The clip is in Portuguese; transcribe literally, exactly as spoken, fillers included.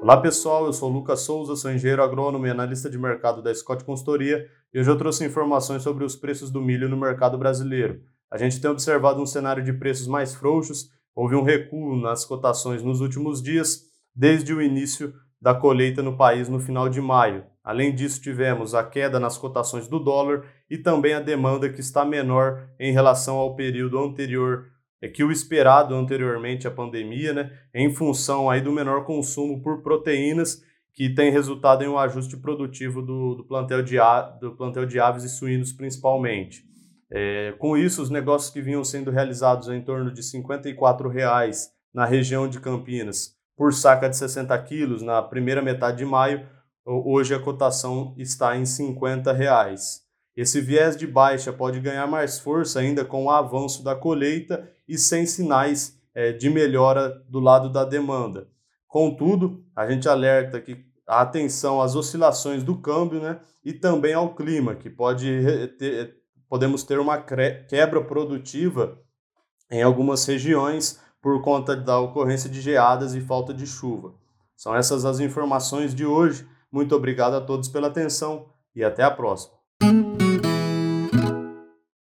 Olá pessoal, eu sou o Lucas Souza, sou engenheiro agrônomo e analista de mercado da Scott Consultoria e hoje eu trouxe informações sobre os preços do milho no mercado brasileiro. A gente tem observado um cenário de preços mais frouxos, houve um recuo nas cotações nos últimos dias, desde o início da colheita no país no final de maio. Além disso, tivemos a queda nas cotações do dólar e também a demanda que está menor em relação ao período anterior, é que o esperado anteriormente à pandemia, né, em função aí do menor consumo por proteínas, que tem resultado em um ajuste produtivo do, do, plantel, de, do plantel de aves e suínos principalmente. É, com isso, os negócios que vinham sendo realizados em torno de cinquenta e quatro reais na região de Campinas por saca de sessenta quilos na primeira metade de maio, hoje a cotação está em cinquenta reais. Esse viés de baixa pode ganhar mais força ainda com o avanço da colheita e sem sinais é, de melhora do lado da demanda. Contudo, a gente alerta que a atenção às oscilações do câmbio, né, e também ao clima, que pode ter, podemos ter uma quebra produtiva em algumas regiões por conta da ocorrência de geadas e falta de chuva. São essas as informações de hoje. Muito obrigado a todos pela atenção e até a próxima.